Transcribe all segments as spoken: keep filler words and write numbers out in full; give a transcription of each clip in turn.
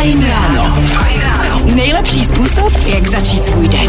Fajn ráno. Nejlepší způsob, jak začít svůj den.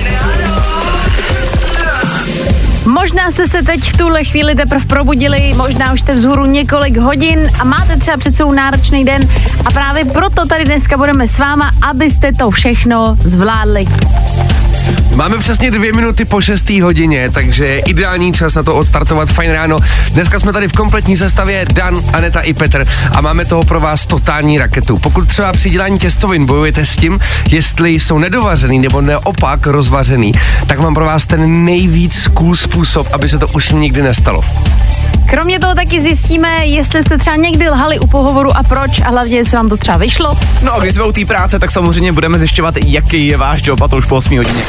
Možná jste se teď v tuhle chvíli teprve probudili, možná už jste vzhůru několik hodin a máte třeba před sebou náročný den a právě proto tady dneska budeme s váma, abyste to všechno zvládli. Máme přesně dvě minuty po šestý hodině, takže je ideální čas na to odstartovat Fajn ráno. Dneska jsme tady v kompletní sestavě Dan, Aneta i Petr a máme toho pro vás totální raketu. Pokud třeba při dělání těstovin bojujete s tím, jestli jsou nedovařený nebo neopak rozvařený, tak mám pro vás ten nejvíc cool způsob, aby se to už nikdy nestalo. Kromě toho taky zjistíme, jestli jste třeba někdy lhali u pohovoru a proč a hlavně, jestli vám to třeba vyšlo. No a když jsme u té práce, tak samozřejmě budeme zjišťovat, jaký je váš job, a to už po osmé hodině.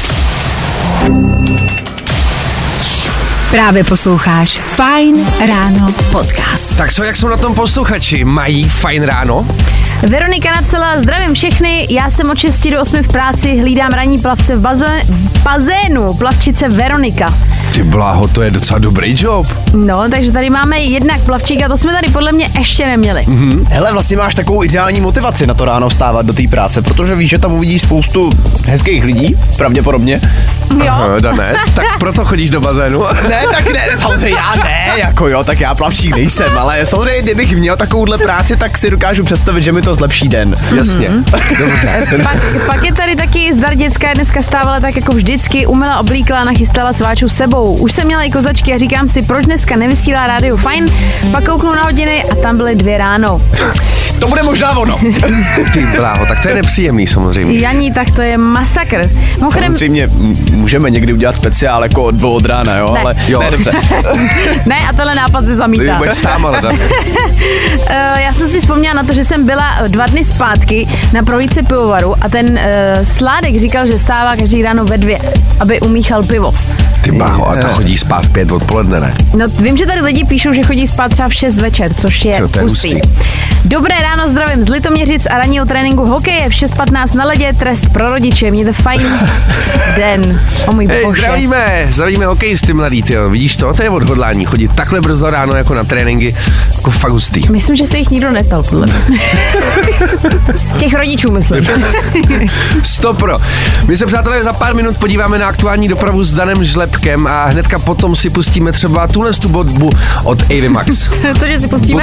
Právě posloucháš Fajn ráno podcast. Tak co, jak jsou na tom posluchači? Mají Fajn ráno? Veronika napsala, zdravím všechny, já jsem od šesti do osmi v práci, hlídám ranní plavce v bazé- bazénu, plavčice Veronika. Ty bláho, to je docela dobrý job. No, takže tady máme jednak plavčíka, to jsme tady podle mě ještě neměli. Mm-hmm. Hele, vlastně máš takovou ideální motivaci na to ráno vstávat do té práce, protože víš, že tam uvidíš spoustu hezkých lidí, pravděpodobně. Jo. Aha, Dané, tak proto chodíš do bazénu? Ne, tak ne, samozřejmě já ne, jako jo, tak já plavčík nejsem, ale samozřejmě, kdybych měl takovouhle práci, tak si dokážu představit, že mi to zlepší den. Jasně, mm-hmm. Dobře. Pak, pak je tady taky Zdar dětská, dneska stávala tak jako vždycky, umyla, oblíkla, nachystala sváču sebou. Už jsem měla i kozačky a říkám si, proč dneska nevysílá rádio Fajn, pak kouknu na hodiny a tam byly dvě ráno. To bude možná ono. Ty bláho, tak to je nepříjemný samozřejmě. Janí, tak to je masakr. Mimochodem, Samozřejmě m- můžeme někdy udělat speciál jako od dvou od rána, jo, Ne. ale Jo. ne, dobře. ne, a tenhle nápad se zamítá. Ty budeš sám, ale tak. Uh, já jsem si vzpomněla na to, že jsem byla dva dny zpátky na prohlídce pivovaru a ten uh, Sládek říkal, že stává každý ráno ve dvě, aby umíchal pivo. Ty bláho, a to chodí spát v pět odpoledne, ne? No, vím, že tady lidi píšou, že chodí spát třeba v šest večer, což je Co, to je hustý. hustý. Dobré ráno, zdravím z Litoměřic a ranního tréninku hokeje v šest patnáct na ledě, trest pro rodiče, mějte fajn den. O můj Hej, bože. zdravíme, zdravíme hokejisty mladý, tyjo. Vidíš to? To je odhodlání, chodit takhle brzo ráno jako na tréninky, jako fakt hustý. Myslím, že se jich nikdo neptal, podle mě. Těch rodičů, myslím. Stopro. My se, přátelé, za pár minut podíváme na aktuální dopravu s Danem Žlebkem a hnedka potom si pustíme třeba tuhle tu bodbu od Avy Max. Cože si pustíme?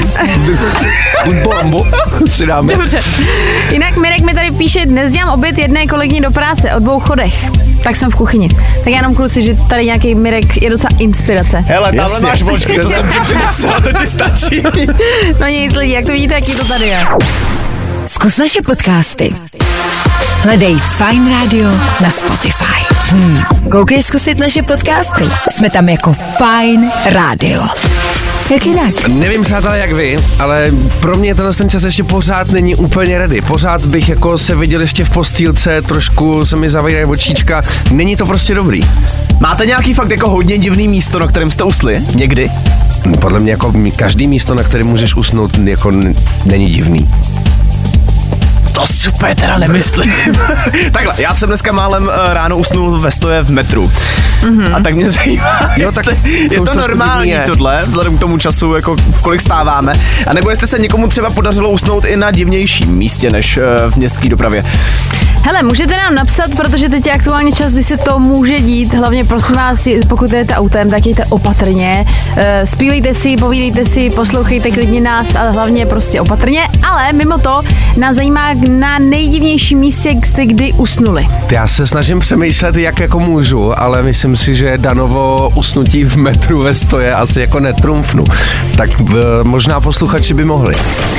Bombu si dáme. Dobře. Jinak Mirek mi tady píše, dnes dělám oběd jedné kolegyni do práce o dvou chodech. Tak jsem v kuchyni. Tak já jenom kluci, že tady nějaký Mirek je docela inspirace. Hele, tamhle Jasně. máš vločky, co jsem ti přinesl, to ti stačí. No nic lidi, jak to vidíte, jaký to tady je. Zkus naše podcasty. Hledej Fajn rádio na Spotify. Hmm. Koukej zkusit naše podcasty. Jsme tam jako Fajn rádio. Jak jinak? Nevím, přátelé, jak vy, ale pro mě tenhle ten čas ještě pořád není úplně ready. Pořád bych jako se viděl ještě v postýlce, trošku se mi zavírají očíčka. Není to prostě dobrý. Máte nějaký fakt jako hodně divný místo, na kterém jste usli? Někdy? Podle mě jako každý místo, na kterém můžeš usnout, jako n- není divný. To super, teda nemyslím. Takhle, já jsem dneska málem uh, ráno usnul ve stoje v metru. Mm-hmm. A tak mě zajímá, Jo, tak jestli, to je už to to normální je. tohle, vzhledem k tomu času, jako v kolik stáváme. A nebo jestli se někomu třeba podařilo usnout i na divnějším místě, než uh, v městské dopravě. Hele, můžete nám napsat, protože teď je aktuálně čas, kdy se to může dít. Hlavně prosím vás, pokud jdete autem, tak jděte opatrně. E, zpívejte si, povídejte si, poslouchejte klidně nás, ale hlavně prostě opatrně. Ale mimo to nás zajímá, na nejdivnějším místě jste kdy usnuli. Já se snažím přemýšlet, jak jako můžu, ale myslím si, že Danovo usnutí v metru ve stoje asi jako netrumfnu. Tak v, možná posluchači by mohli.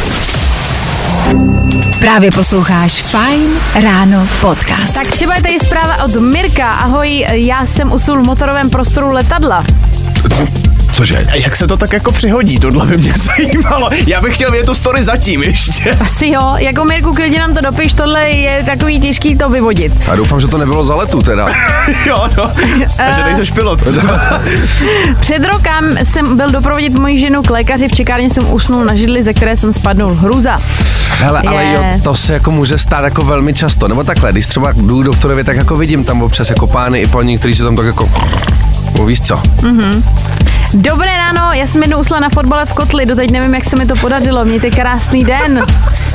Právě posloucháš Fajn ráno podcast. Tak třeba je tady zpráva od Mirka. Ahoj, já jsem usnul v motorovém prostoru letadla. Cože? A jak se to tak jako přihodí, tohle by mě zajímalo. Já bych chtěl vědět tu story zatím ještě. Asi jo, jako Mirku, klidně nám to dopiš, tohle je takový těžký to vyvodit. A doufám, že to nebylo za letu teda. Jo, no. A že nejseš pilot. Před rokem jsem byl doprovodit moji ženu k lékaři, v čekárně jsem usnul na židli, ze které jsem spadnul. Hrůza. Hele, ale Je. jo, to se jako může stát jako velmi často, nebo takhle, když třeba jdu k doktorovi, tak jako vidím tam občas jako pány i paní, kteří se tam tak jako, no, víš co. Mm-hmm. Dobré ráno, já jsem jednou usla na fotbale v kotli, doteď nevím, jak se mi to podařilo, mějte krásný den.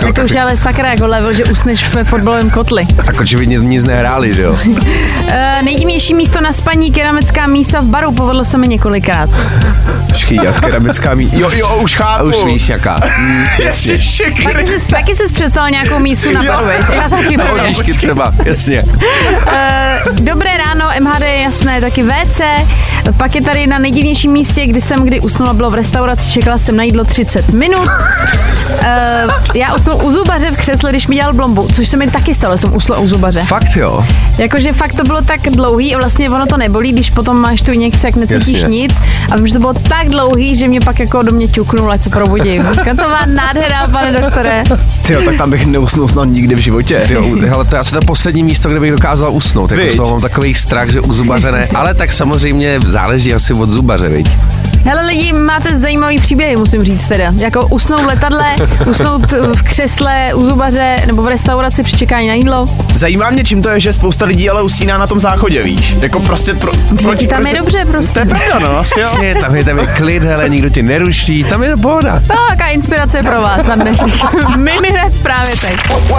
Tak to už je ale sakra jako level, že usneš ve fotbalovém kotli. Tak očividně nic nehráli, že jo? Uh, nejdivnější místo na spaní, keramická mísa v baru, povedlo se mi několikrát. Počkej, jak keramická mísa? Jo, jo, už chápu. Už víš jaká. Mm, taky, jsi, taky jsi představil nějakou mísu na baru, veď? Já taky na oříšky třeba, jasně. Uh, dobré ráno, M H D je jasné, taky V C. Pak je tady na nejdivnějším místě, kdy jsem kdy usnula, bylo v restauraci, čekala jsem na jídlo třicet minut. Uh, já usnul u zubaře v křesle, když mi dělal blombu, což se mi taky stalo, jsem usnula u zubaře. Fakt jo? Jakože fakt to bylo tak dlouhý a vlastně ono to nebolí, když potom máš tu injekci, jak necítíš Jasně. nic. A vím, že to bylo tak dlouhý, že mě pak jako do mě ťuknul, ať se probudím. To má nádhera, pane doktore. Tyjo, tak tam bych neusnul snad nikdy v životě. Tyjo, hele, to je asi to poslední místo, kde bych dokázal usnout. Jako z toho mám takový strach, že u zubaře ne. Ale tak samozřejmě záleží asi od zubaře, viď? Hele lidi, máte zajímavý příběhy, musím říct teda. Jako usnout v letadle, usnout v křesle u zubaře nebo v restauraci při čekání na jídlo. Zajímá mě, čím to je, že spousta lidí ale usíná na tom záchodě, víš? Jako prostě pro, proč, tam proč, je dobře prostě. To je pravda, no, asi jo. Tam je, tam je klid, hele, nikdo tě neruší, tam je pohoda. No, jaká inspirace pro vás na dnešek. Mimi hned právě teď.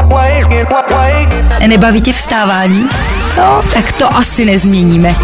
Nebaví tě vstávání? No, tak to asi nezměníme.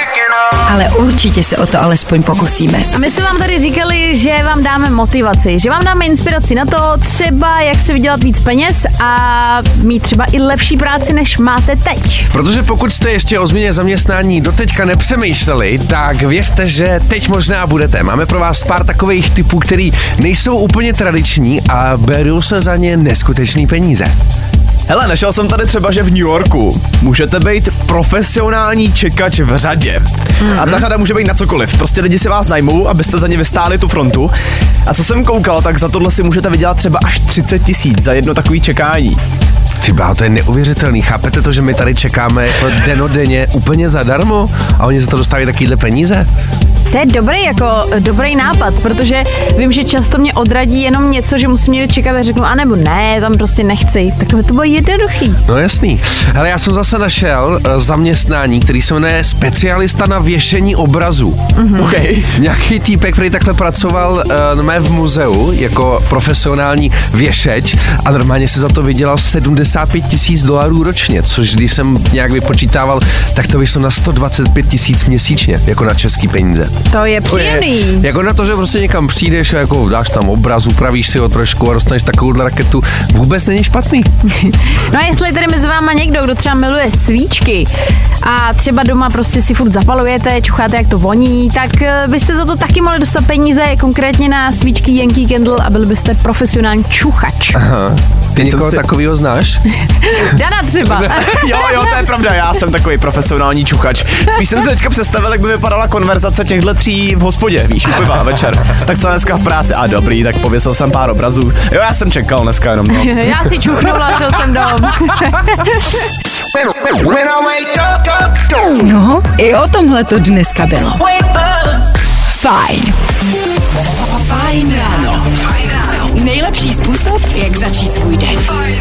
Ale určitě se o to alespoň pokusíme. A my jsme vám tady říkali, že vám dáme motivaci, že vám dáme inspiraci na to třeba, jak si vydělat víc peněz a mít třeba i lepší práci, než máte teď. Protože pokud jste ještě o změně zaměstnání doteďka nepřemýšleli, tak věřte, že teď možná budete. Máme pro vás pár takových typů, který nejsou úplně tradiční a berou se za ně neskutečný peníze. Hele, našel jsem tady třeba, že v New Yorku můžete být profesionální čekač v řadě. Mm-hmm. A ta řada může být na cokoliv. Prostě lidi si vás najmou, abyste za ně vystáli tu frontu. A co jsem koukal, tak za tohle si můžete vydělat třeba až třicet tisíc za jedno takový čekání. Ty bláho, to je neuvěřitelný. Chápete to, že my tady čekáme denodenně úplně zadarmo a oni za to dostávají takovýhle peníze? To je dobrý, jako dobrý nápad, protože vím, že často mě odradí jenom něco, že musím někde čekat a řeknu, anebo ne, tam prostě nechci. Tak to bylo jednoduchý. No jasný. Ale já jsem zase našel uh, zaměstnání, který se jmenuje specialista na věšení obrazů. Mm-hmm. Okay. Nějaký týpek, který takhle pracoval uh, v muzeu jako profesionální věšeč a normálně se za to vydělal sedmdesát pět tisíc dolarů ročně, což když jsem nějak vypočítával, tak to vyšlo na sto dvacet pět tisíc měsíčně, jako na český peníze. To je příjemný. Je, jako na to, že prostě někam přijdeš a jako dáš tam obraz, upravíš si ho trošku a dostaneš takovouhle raketu, vůbec není špatný. No a jestli tady mezi váma někdo, kdo třeba miluje svíčky a třeba doma prostě si furt zapalujete, čucháte, jak to voní, tak byste za to taky mohli dostat peníze, konkrétně na svíčky Yankee Candle a byli byste profesionální čuchač. Aha. Ty někoho si... takovýho znáš? Dana třeba. jo, jo, to je pravda, já jsem takový profesionální čuchač. Spíš jsem si teďka představil, jak by vypadala konverzace těchto tří v hospodě, víš, piva večer. Tak co dneska v práci? A dobrý, tak pověsil jsem pár obrazů. Jo, já jsem čekal dneska jenom. No. Já si čuchnul a šel jsem dom. No, i o tomhle to dneska bylo. Fajn. Fajn ráno. Nejlepší způsob, jak začít svůj den.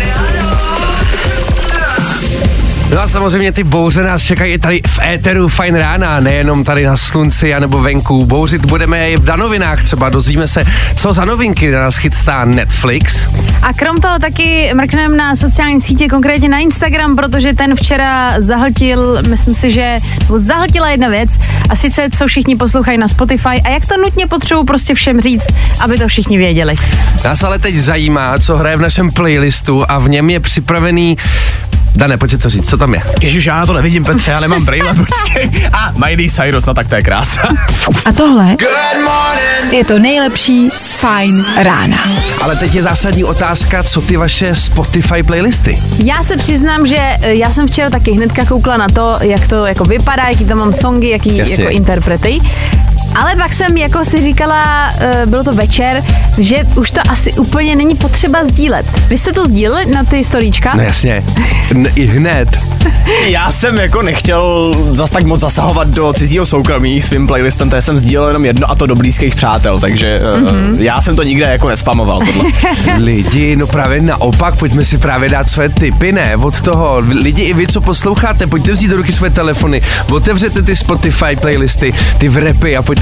No a samozřejmě ty bouře nás čekají tady v éteru Fajn rána, nejenom tady na slunci anebo venku. Bouřit budeme i v danovinách třeba, dozvíme se, co za novinky na nás chystá Netflix. A krom toho taky mrkneme na sociální sítě, konkrétně na Instagram, protože ten včera zahltil, myslím si, že zahltila jedna věc, a sice co všichni poslouchají na Spotify a jak to nutně potřebuji prostě všem říct, aby to všichni věděli. Nás ale teď zajímá, co hraje v našem playlistu a v něm je připravený. Dane, pojď to říct, co tam je? Ježiš, já to nevidím, Petře, já nemám brýle, počkej. A, Miley Cyrus, no tak to je krása. A tohle je to nejlepší z Fajn rána. Ale teď je zásadní otázka, co ty vaše Spotify playlisty? Já se přiznám, že já jsem včera taky hnedka koukla na to, jak to jako vypadá, jaký tam mám songy, jaký Jasně. jako interprety. Ale pak jsem jako si říkala, bylo to večer, že už to asi úplně není potřeba sdílet. Vy jste to sdíleli na ty storíčka? No jasně, N- i hned. Já jsem jako nechtěl zas tak moc zasahovat do cizího soukromí svým playlistem, to jsem sdílel jenom jedno a to do blízkých přátel, takže mm-hmm. uh, já jsem to nikde jako nespamoval tohle. Lidi, no právě naopak, pojďme si právě dát své tipy, ne? Od toho, lidi i vy, co posloucháte, pojďte vzít do ruky své telefony, otevřete ty Spotify playlisty, ty v rapy a pojďte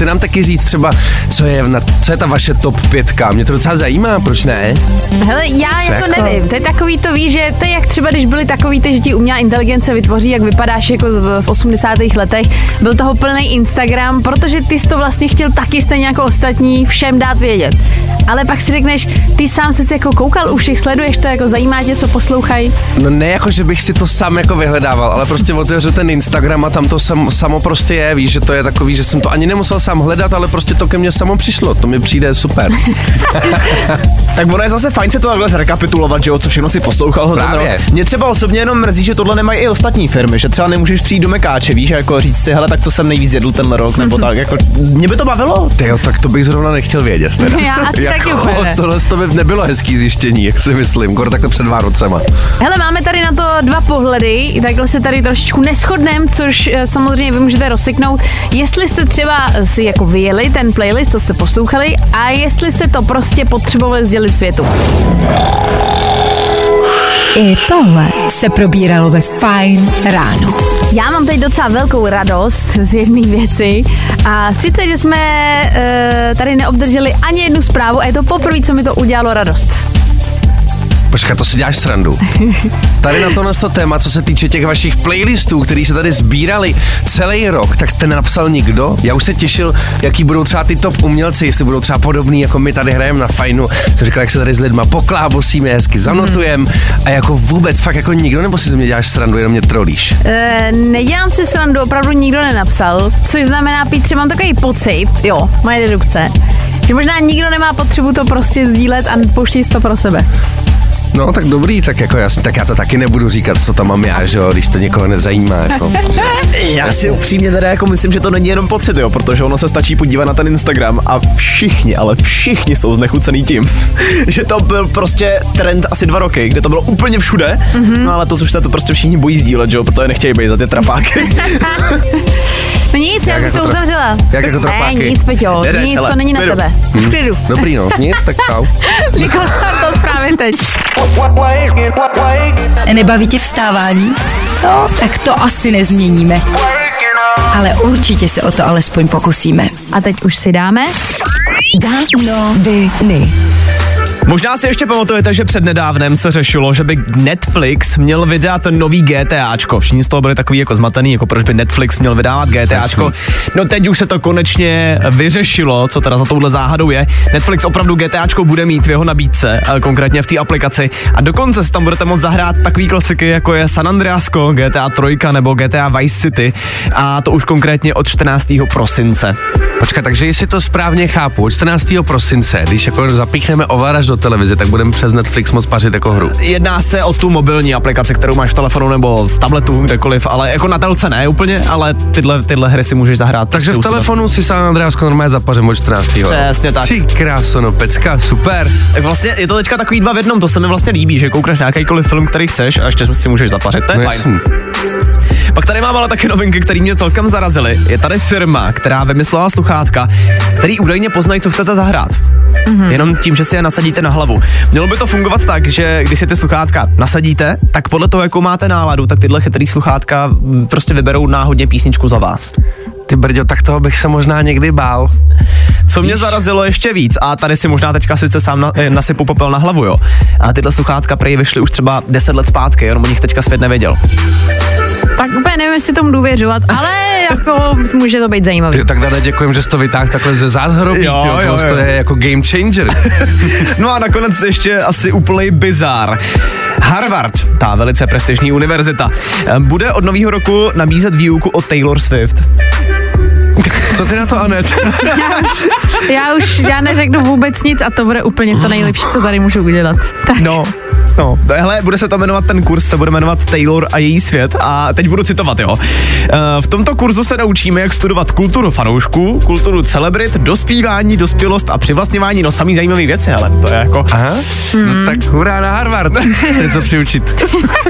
Zkuste nám taky říct třeba, co je, na, co je ta vaše top pětka. Mě to docela zajímá, proč ne? Hele, já Co jako jako? nevím, to je takový to, víš, že to je jak třeba, když byly takový ty, že ti umělá inteligence vytvoří, jak vypadáš jako v osmdesátých letech. Byl toho plný Instagram, protože ty jsi to vlastně chtěl taky stejně jako ostatní všem dát vědět. Ale pak si řekneš, ty sám jsi jako koukal, už jich sleduješ to, jako zajímá tě, co poslouchají? No ne jako, že bych si to sám jako vyhledával, ale prostě otevřu ten Instagram a tam to sam, samo prostě je, víš, že to je takový, že jsem to ani nemusel sám hledat, ale prostě to ke mně samo přišlo, to mi přijde super. Tak ono je zase fajn se to takhle zrekapitulovat, že jo, co všechno si poslouchal. Právě. Mě třeba osobně jenom mrzí, že tohle nemají i ostatní firmy, že třeba nemůžeš přijít do Mekáče, víš, jako říct si, hele, tak co jsem nejvíc jedl tenhle rok, nebo tak, jako, mě by to bavilo. Tyjo, tak to bych zrovna nechtěl vědět teda. Já asi taky úplně ne. Tohle to by nebylo hezký zjištění, jak si myslím, skoro takhle před Vánocema. Hele, máme tady na to dva pohledy, takhle se tady trošičku neshodneme, což eh, samozřejmě vy můžete rozseknout, jestli jste třeba si jako vyjeli ten playlist, co jste poslouchali, a jestli jste to prostě potřebovali sdělit světu. I tohle se probíralo ve Fajn ráno. Já mám teď docela velkou radost z jedné věci a sice, že jsme e, tady neobdrželi ani jednu zprávu a je to poprvé, co mi to udělalo radost. Počkat, to si děláš srandu. Tady na tohle to téma, co se týče těch vašich playlistů, který se tady sbírali celý rok, tak ten napsal nikdo. Já už se těšil, jaký budou třeba ty top umělci, jestli budou třeba podobný, jako my tady hrajeme na Fajnu. Jsem říkal, jak se tady s lidma poklábosíme, hezky zanotujem a jako vůbec fakt jako nikdo, nebo si ze mě děláš srandu, jenom mě trolíš? E, nedělám si srandu, opravdu nikdo nenapsal, což znamená, Pítře, mám takový pocit, jo, moje dedukce, že možná nikdo nemá potřebu to prostě sdílet a pouštěj to pro sebe. No, tak dobrý, tak jako jasně, tak já to taky nebudu říkat, co tam mám já, že jo, když to někoho nezajímá, jako. Já si upřímně teda jako myslím, že to není jenom pocit, jo, protože ono se stačí podívat na ten Instagram a všichni, ale všichni jsou znechucený tím, že to byl prostě trend asi dva roky, kde to bylo úplně všude, mm-hmm. no ale to už se to prostě všichni bojí sdílet, že jo, protože nechtějí být za ty trapáky. No nic, já Jak bych to jako tra- uzavřela. jak jako trapáky? Ne, nic, Peťo, Jedeš, nic, hele, to není na klidu. tebe. V klidu. Dobrý, no, nic, tak čau. Říkal jsem to právě teď. Nebaví tě vstávání? No, tak to asi nezměníme. Ale určitě se o to alespoň pokusíme. A teď už si dáme. Danoviny. Možná si ještě pamatujete, že přednedávnem se řešilo, že by Netflix měl vydat nový GTAčko. Všichni z toho byli takový jako zmatený, jako proč by Netflix měl vydávat GTAčko. No teď už se to konečně vyřešilo, co teda za touhle záhadou je. Netflix opravdu GTAčko bude mít v jeho nabídce, konkrétně v té aplikaci. A dokonce si tam budete moct zahrát takový klasiky, jako je San Andreasko, G T A tři nebo G T A Vice City. A to už konkrétně od čtrnáctého prosince. Počkat, takže jestli to správně chápu, od čtrnáctého prosince, když jako zapíchneme ovladač do televize, tak budeme přes Netflix moc pařit jako hru. Jedná se o tu mobilní aplikaci, kterou máš v telefonu nebo v tabletu, kdekoliv, ale jako na telce ne úplně, ale tyhle, tyhle hry si můžeš zahrát. Takže v telefonu si San Andreasko normálně zapařím od čtrnáctého Přesně tak. Ty kráso, no pecka, super. Tak vlastně je to teďka takový dva v jednom, to se mi vlastně líbí, že koukneš na jakýkoliv film, který chceš a ještě si můžeš zapařit, to je No fajn. jasný. Pak tady mám ale taky novinky, které mě celkem zarazily. Je tady firma, která vymyslela sluchátka, který údajně poznají, co chcete zahrát. Mm-hmm. Jenom tím, že si je nasadíte na hlavu. Mělo by to fungovat tak, že když si ty sluchátka nasadíte, tak podle toho, jakou máte náladu, tak tyhle chytrý sluchátka prostě vyberou náhodně písničku za vás. Ty brďo, tak toho bych se možná někdy bál. Co mě zarazilo ještě víc, a tady si možná teďka sice sám na, nasypu popel na hlavu, jo. A tyhle sluchátka prý vyšly už třeba deset let zpátky, jenom o nich teďka svět nevěděl. Tak úplně nevím, jestli tomu důvěřovat, ale jako může to být zajímavý. Ty, tak Dane, děkujem, že jsi to vytáhl takhle ze zázhrobí, Jo, jo, jo, jo. to je jako game changer. No a nakonec ještě asi úplný bizár. Harvard, ta velice prestižní univerzita, bude od nového roku nabízet výuku o Taylor Swift. Co ty na to, Anet? Já už, já neřeknu vůbec nic a to bude úplně to nejlepší, co tady můžu udělat. Tak. No, no, hele, bude se to jmenovat, ten kurz se bude jmenovat Taylor a její svět a teď budu citovat, jo. V tomto kurzu se naučíme, jak studovat kulturu fanoušků, kulturu celebrit, dospívání, dospělost a přivlastňování, no samý zajímavý věci, ale to je jako... Aha, hmm. no tak hurá na Harvard, něco přiučit.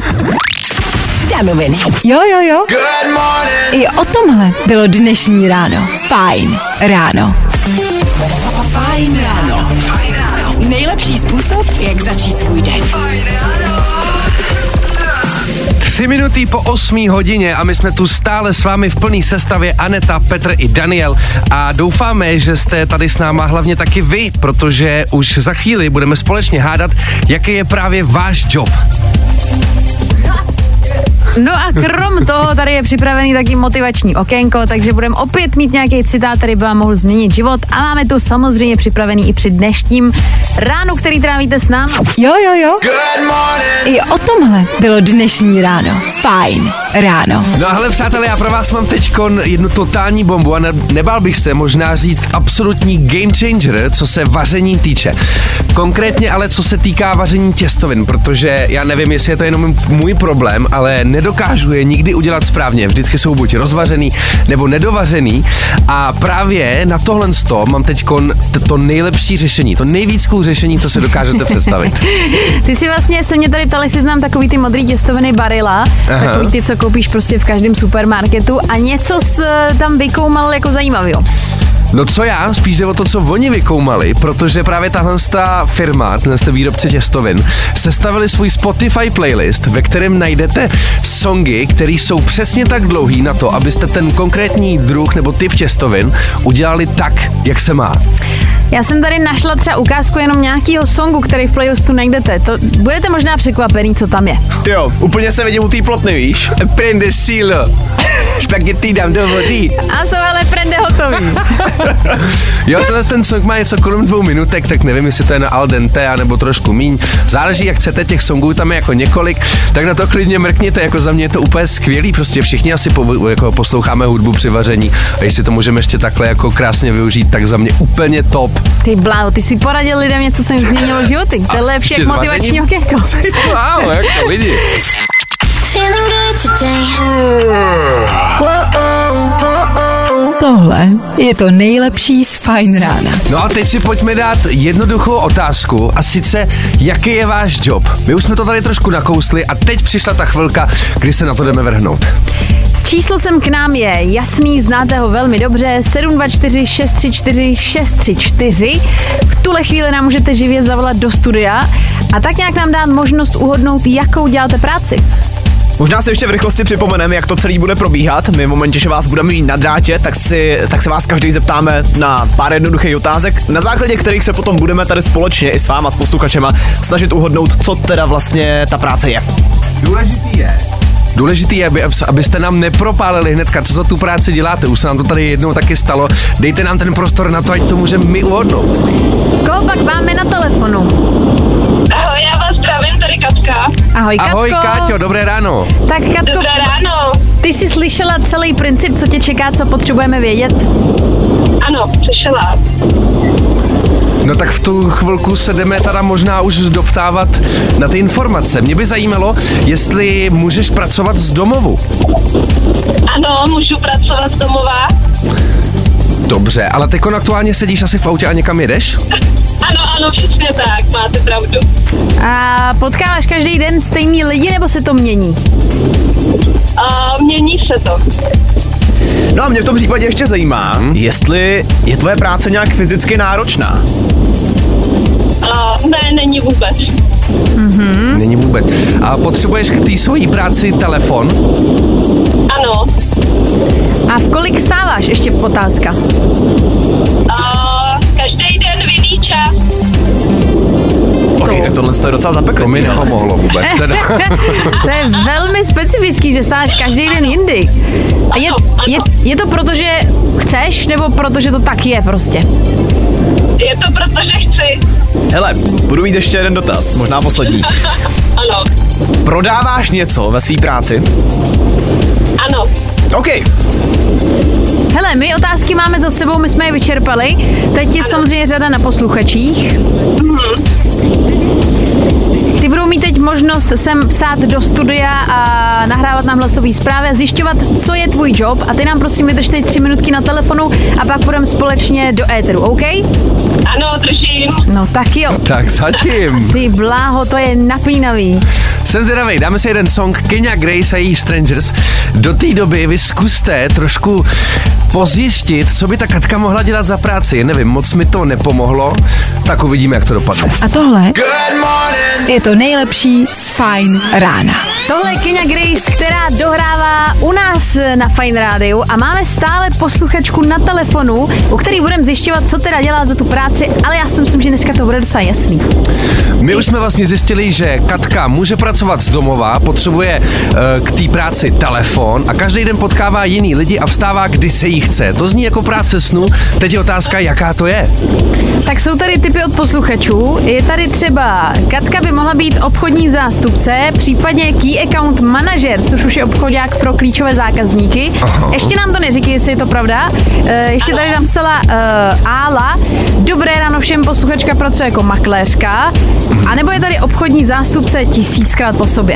Danoviny. Jo, jo, jo. I o tomhle bylo dnešní ráno. Fajn ráno. Fajn ráno. Nejlepší způsob, jak začít svůj den. Tři minuty po osmý hodině a my jsme tu stále s vámi v plný sestavě Aneta, Petr i Daniel a doufáme, že jste tady s náma hlavně taky vy, protože už za chvíli budeme společně hádat, jaký je právě váš job. No a krom toho tady je připravený taky motivační okénko, takže budeme opět mít nějaký citát, který by vám mohl změnit život a máme tu samozřejmě připravený i při dnešním ránu, který trávíte s námi. Jo, jo, jo. I o tomhle bylo dnešní ráno. Fajn ráno. No a hele přátelé, já pro vás mám teďkon jednu totální bombu a ne, nebál bych se možná říct absolutní game changer, co se vaření týče. Konkrétně ale co se týká vaření těstovin, protože já nevím, jestli je to jenom můj problém, ale nedokážu je nikdy udělat správně. Vždycky jsou buď rozvařený nebo nedovařený a právě na tohle sto mám teďkon to nejlepší řešení, to nejvíc cool řešení, co se dokážete představit. Ty si vlastně se mě tady ptali, jestli znám takový ty modrý těstoviny Barilla, aha, takový ty, co koupíš prostě v každém supermarketu a něco s, tam vykoumal jako zajímavého. No co já, spíš jde o to, co oni vykoumali, protože právě tahle firma, tenhle výrobce těstovin, sestavili svůj Spotify playlist, ve kterém najdete songy, které jsou přesně tak dlouhý na to, abyste ten konkrétní druh nebo typ těstovin udělali tak, jak se má. Já jsem tady našla třeba ukázku jenom nějakýho songu, který v playlistu najdete. To budete možná překvapený, co tam je. Tyjo, úplně se vidím u té plotny, víš? Prende sílo. Špagety dám do vody. A jsou ale prende hotový. Jo, tenhle ten song má něco kolem dvou minutek, tak nevím, jestli to je na al dente, nebo trošku míň. Záleží, jak chcete, těch songů tam je jako několik, tak na to klidně mrkněte, jako za mě je to úplně skvělý, prostě všichni asi po, jako posloucháme hudbu při vaření a jestli to můžeme ještě takhle jako krásně využít, tak za mě úplně top. Ty bláho, ty si poradil lidem něco, co jim změnilo životy. To je lepší jak motivační okénko. Wow, jak to lidi. Tohle je to nejlepší z Fajn rána. No a teď si pojďme dát jednoduchou otázku a sice, jaký je váš job? My už jsme to tady trošku nakousli a teď přišla ta chvilka, kdy se na to jdeme vrhnout. Číslo sem k nám je jasný, znáte ho velmi dobře, sedm dva čtyři šest tři čtyři šest tři čtyři. V tuhle chvíli nám můžete živě zavolat do studia a tak nějak nám dát možnost uhodnout, jakou děláte práci. Možná si ještě v rychlosti připomeneme, jak to celý bude probíhat. My v momentě, že vás budeme mít na drátě, tak, si, tak se vás každý zeptáme na pár jednoduchých otázek, na základě kterých se potom budeme tady společně i s váma, s posluchačema, snažit uhodnout, co teda vlastně ta práce je. Důležitý je, Důležitý je, aby, abyste nám nepropálili hnedka, co za tu práci děláte. Už se nám to tady jednou taky stalo. Dejte nám ten prostor na to, ať to můžeme my uhodnout. Koho pak máme na telefonu? Ahoj, já vás zdravím, tady Katka. Ahoj, Katko. Ahoj, Káťo, dobré ráno. Tak, Katko, Dobré ráno. ty jsi slyšela celý princip, co tě čeká, co potřebujeme vědět? Ano, slyšela. No tak v tu chvilku se jdeme teda možná už doptávat na ty informace. Mě by zajímalo, jestli můžeš pracovat z domovu. Ano, můžu pracovat z domova. Dobře, ale teď aktuálně sedíš asi v autě a někam jedeš? Ano, ano, přesně tak, máte pravdu. A potkáváš každý den stejný lidi, nebo se to mění? A mění se to. No a mě v tom případě ještě zajímá, hmm? jestli je tvoje práce nějak fyzicky náročná. A ne, není vůbec. Mm-hmm. Není vůbec. A potřebuješ k té svojí práci telefon? Ano. A v kolik vstáváš? Ještě otázka. A každý den v jiný čas. Ok, tak tohle je docela zapeklý. To mi nepomohlo vůbec teda. To je velmi specifický, že stáváš každý den jindy. A je, je, je to proto, že chceš, nebo proto, že to tak je prostě? Je to proto, že chci. Hele, budu mít ještě jeden dotaz, možná poslední. Ano. Prodáváš něco ve své práci? Ano. OK. Hele, my otázky máme za sebou, my jsme je vyčerpali. Teď je samozřejmě řada na posluchačích. Ty budou mít teď možnost sem psát do studia a nahrávat nám hlasové zprávy a zjišťovat, co je tvůj job. A ty nám prosím vydrž teď tři minutky na telefonu a pak půjdeme společně do éteru, OK? Ano, držím. No tak jo. Tak zatím. Ty bláho, to je napínavý. Jsem zvědavej, dáme si jeden song Kenya Grace a její Strangers. Do té doby vy zkuste trošku pozjištit, co by ta Katka mohla dělat za práci. Nevím, moc mi to nepomohlo, tak uvidíme, jak to dopadne. A tohle je to nejlepší z Fajn rána. Tohle je Kenya Grace, která dohrává u nás na Fajn rádiu a máme stále posluchačku na telefonu, u který budeme zjišťovat, co teda dělá za tu práci, ale já si myslím, že dneska to bude docela jasný. My už jsme vlastně zjistili, že Katka může pracovat z domova, potřebuje uh, k té práci telefon a každý den potkává jiný lidi a vstává, kdy se jí chce. To zní jako práce snu, teď je otázka, jaká to je. Tak jsou tady tipy od posluchačů. Je tady třeba, Katka by mohla být obchodní zástupce, případně key account manažer, což už je obchodák pro klíčové zákazníky. Aha. Ještě nám to neříkej, jestli je to pravda. E, ještě tady nám psala e, Ála. Dobré ráno všem, posluchačka pracuje jako makléřka. A nebo je tady obchodní zástupce tisíckrát po sobě.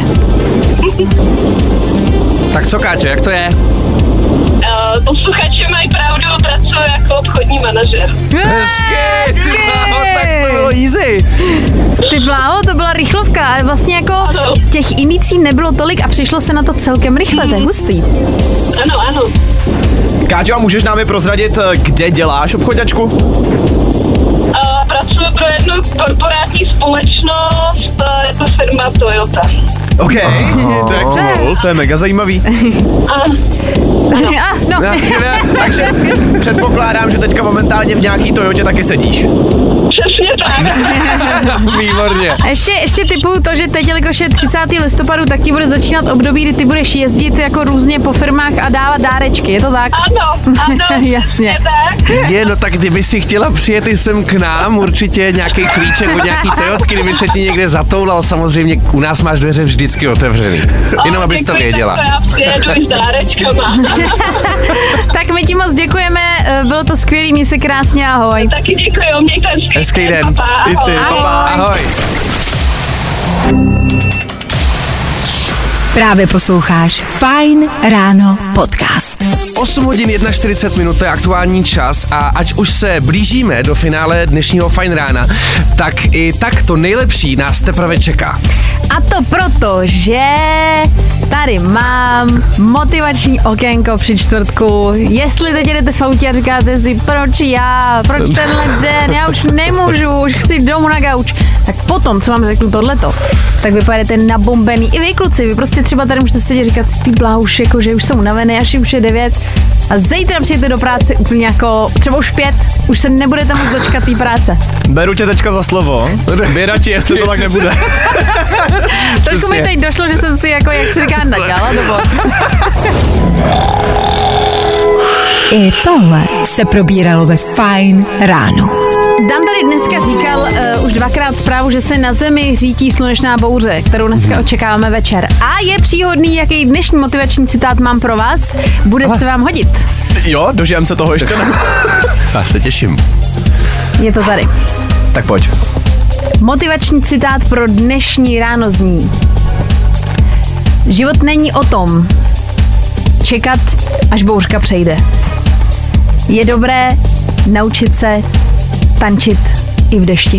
Tak co, Káťo, jak to je? Uh, posluchači mají pravdu, pracuji jako obchodní manažer. Hezky, ty bláho, tak to bylo easy. Ty bláho, to byla rychlovka, ale vlastně jako těch inicí nebylo tolik a přišlo se na to celkem rychle, to je hustý. Ano, ano. Káťo, a můžeš nám je prozradit, kde děláš obchodačku? Uh, pracuji pro jednu korporátní společnost, uh, je to firma Toyota. OK, to je cool, to je mega zajímavý. Uh, A, no. Takže předpokládám, že teďka momentálně v nějaký Toyotě taky sedíš. Přesně tak. Výborně. Ještě, ještě typuju to, že teď, jelikož je třicátého listopadu, tak ti bude začínat období, kdy ty budeš jezdit jako různě po firmách a dávat dárečky, je to tak? Ano, ano. Jasně. Tak. Je, no tak kdyby si chtěla přijet i sem k nám, určitě nějaký klíček od nějaký Toyotky, kdyby se ti někde zatoulal, samozřejmě u nás máš dveře vždycky otevřený. Jenom abys to věděla. Tak já přijedu i s dárečkama. Tak my ti moc děkujeme, bylo to skvělý, měj se krásně, ahoj. Taky děkuji, mějte hezký Hezký den. Pa, pa, I ty, ahoj. pa, pa. Ahoj. Právě posloucháš Fajn ráno podcast. osm hodin čtyřicet jedna minut, to je aktuální čas a ať už se blížíme do finále dnešního Fajn rána, tak i tak to nejlepší nás teprve čeká. A to proto, že tady mám motivační okénko při čtvrtku. Jestli teď jdete v autě a říkáte si, proč já, proč tenhle den, já už nemůžu, už chci domů na gauč, tak potom, co vám řeknu tohleto, tak vy pojedete nabombený. I vy kluci, vy prostě třeba tady můžete sedět říkat si, ty bláhuš, jako, že už jsem unavený, až už je devět a zítra přijete do práce úplně jako třeba už pět, už se nebudete moc dočkat té práce. Beru tě teďka za slovo. Běda ti, jestli to tak nebude. Trošku mi teď došlo, že jsem si jako, jak se říká, nadělala do bod. I tohle se probíralo ve Fajn ráno. Dan tady dneska říkal uh, už dvakrát zprávu, že se na Zemi řítí slunečná bouře, kterou dneska očekáváme večer. A je příhodný, jaký dnešní motivační citát mám pro vás. Bude Ale. se vám hodit. Jo, dožijem se toho ještě ne. Já se těším. Je to tady. Tak pojď. Motivační citát pro dnešní ráno zní: život není o tom čekat, až bouřka přejde. Je dobré naučit se tančit i v dešti.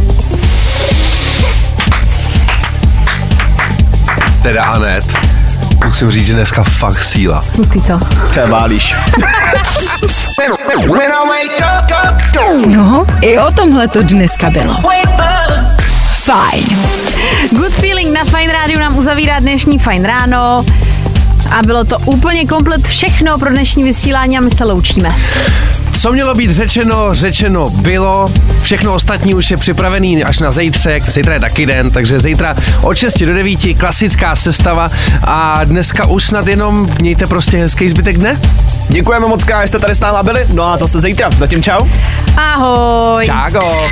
Teda Anet, musím říct, že dneska fakt síla. Pustí to. Třeba válíš. No, i o tomhle to dneska bylo. Fajn. Good Feeling na Fajn rádiu nám uzavírá dnešní Fajn ráno. A bylo to úplně komplet všechno pro dnešní vysílání a my se loučíme. Co mělo být řečeno, řečeno bylo. Všechno ostatní už je připravený až na zítřek. Zítra je taky den, takže zítra od šesti do devíti klasická sestava a dneska už snad jenom mějte prostě hezký zbytek dne. Děkujeme moc krát, že jste tady s náma byli. No a zase zítra. Zatím čau. Ahoj. Čágo.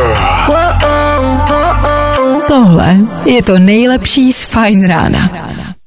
Tohle je to nejlepší z Fajn rána.